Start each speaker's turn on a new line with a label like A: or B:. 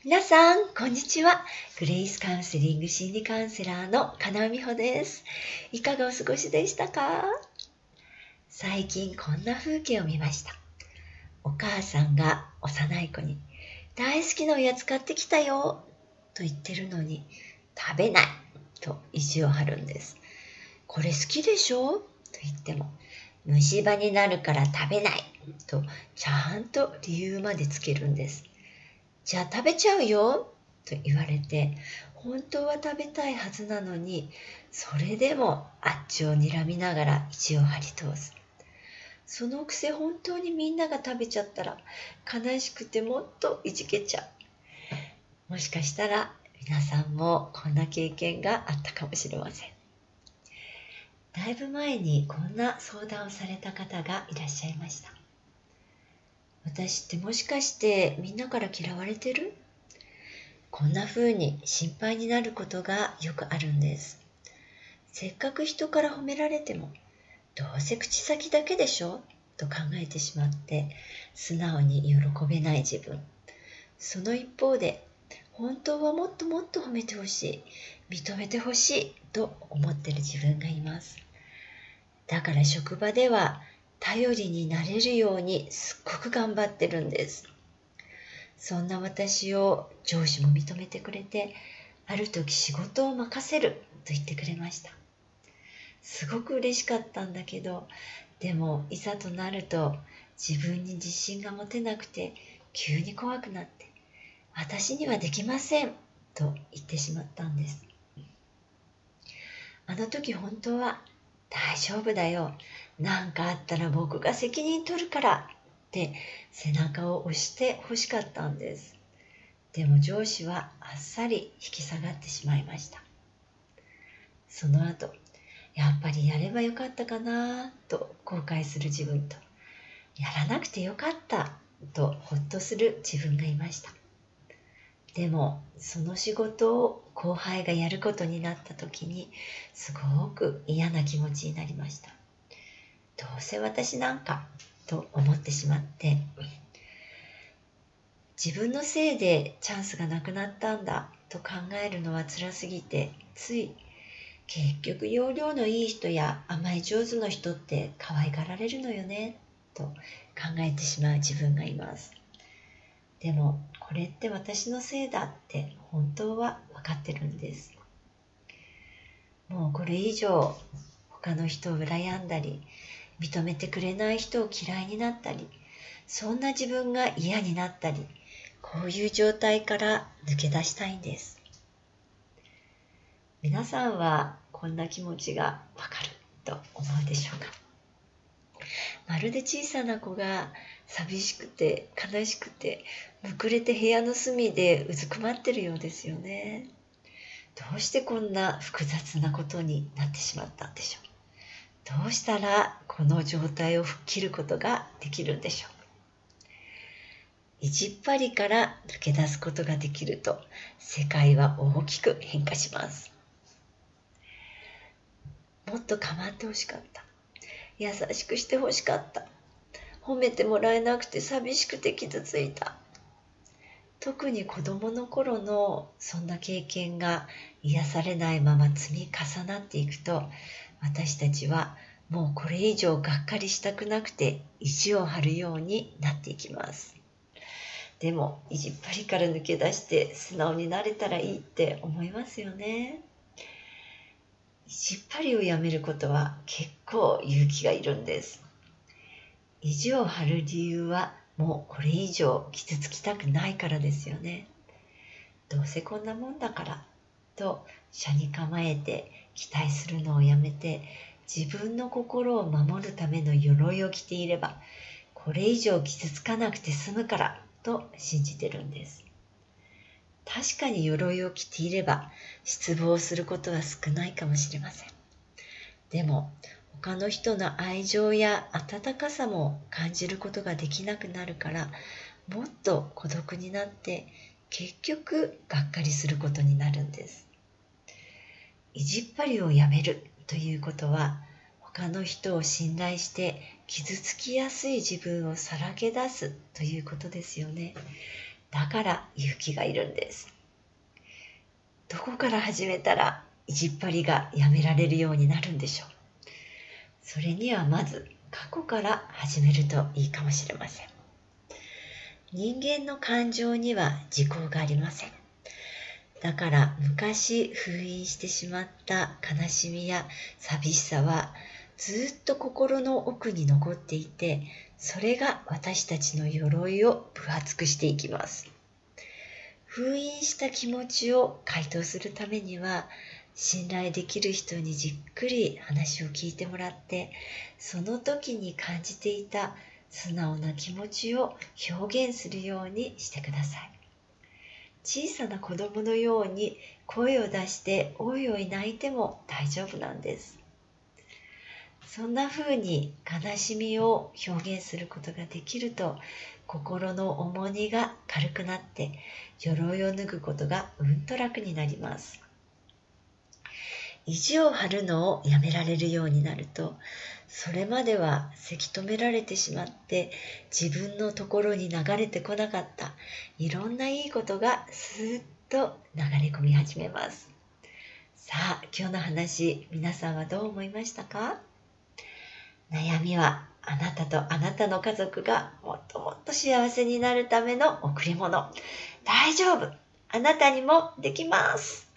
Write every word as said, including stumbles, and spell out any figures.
A: 皆さん、こんにちは。グレイスカウンセリング心理カウンセラーの金尾美穂です。いかがお過ごしでしたか？最近こんな風景を見ました。お母さんが幼い子に、大好きなおやつ買ってきたよと言ってるのに、食べないと意地を張るんです。これ好きでしょと言っても、虫歯になるから食べないとちゃんと理由までつけるんです。じゃあ食べちゃうよと言われて、本当は食べたいはずなのに、それでもあっちを睨みながら意地を張り通す。そのくせ本当にみんなが食べちゃったら悲しくてもっといじけちゃう。もしかしたら皆さんもこんな経験があったかもしれません。だいぶ前にこんな相談をされた方がいらっしゃいました。私ってもしかしてみんなから嫌われてる？こんな風に心配になることがよくあるんです。せっかく人から褒められても、どうせ口先だけでしょと考えてしまって、素直に喜べない自分。その一方で、本当はもっともっと褒めてほしい、認めてほしいと思っている自分がいます。だから職場では頼りになれるようにすっごく頑張ってるんです。そんな私を上司も認めてくれて、ある時仕事を任せると言ってくれました。すごく嬉しかったんだけど、でもいざとなると自分に自信が持てなくて急に怖くなって、私にはできませんと言ってしまったんです。あの時本当は大丈夫だよ、何かあったら僕が責任取るからって背中を押して欲しかったんです。でも上司はあっさり引き下がってしまいました。その後、やっぱりやればよかったかなと後悔する自分と、やらなくてよかったとほっとする自分がいました。でもその仕事を後輩がやることになった時に、すごく嫌な気持ちになりました。どうせ私なんかと思ってしまって、自分のせいでチャンスがなくなったんだと考えるのは辛すぎて、つい結局要領のいい人や甘え上手の人って可愛がられるのよねと考えてしまう自分がいます。でもこれって私のせいだって本当は分かってるんです。もうこれ以上他の人を羨んだり、認めてくれない人を嫌いになったり、そんな自分が嫌になったり、こういう状態から抜け出したいんです。皆さんはこんな気持ちがわかると思うでしょうか？まるで小さな子が寂しくて悲しくてむくれて部屋の隅でうずくまってるようですよね。どうしてこんな複雑なことになってしまったんでしょう？どうしたらこの状態を吹っ切ることができるんでしょう？意地っ張りから抜け出すことができると、世界は大きく変化します。もっと構ってほしかった。優しくしてほしかった。褒めてもらえなくて寂しくて傷ついた。特に子供の頃のそんな経験が癒されないまま積み重なっていくと、私たちはもうこれ以上がっかりしたくなくて意地を張るようになっていきます。でも意地っ張りから抜け出して素直になれたらいいって思いますよね。意地っ張りをやめることは結構勇気がいるんです。意地を張る理由はもうこれ以上傷つきたくないからですよね。どうせこんなもんだからと斜に構えて期待するのをやめて、自分の心を守るための鎧を着ていればこれ以上傷つかなくて済むからと信じてるんです。確かに鎧を着ていれば失望することは少ないかもしれません。でも他の人の愛情や温かさも感じることができなくなるから、もっと孤独になって結局がっかりすることになるんです。意地っ張りをやめるということは、他の人を信頼して傷つきやすい自分をさらけ出すということですよね。 だから勇気がいるんです。どこから始めたら意地っ張りがやめられるようになるんでしょう。それにはまず過去から始めるといいかもしれません。人間の感情には時効がありません。だから昔封印してしまった悲しみや寂しさはずっと心の奥に残っていて、それが私たちの鎧を分厚くしていきます。封印した気持ちを解凍するためには、信頼できる人にじっくり話を聞いてもらって、その時に感じていた素直な気持ちを表現するようにしてください。小さな子供のように声を出しておいおい泣いても大丈夫なんです。そんな風に悲しみを表現することができると、心の重荷が軽くなって鎧を脱ぐことがうんと楽になります。意地を張るのをやめられるようになると、それまではせき止められてしまって自分のところに流れてこなかったいろんないいことがスーッと流れ込み始めます。さあ、今日の話、皆さんはどう思いましたか？悩みはあなたとあなたの家族がもっともっと幸せになるための贈り物。大丈夫。あなたにもできます。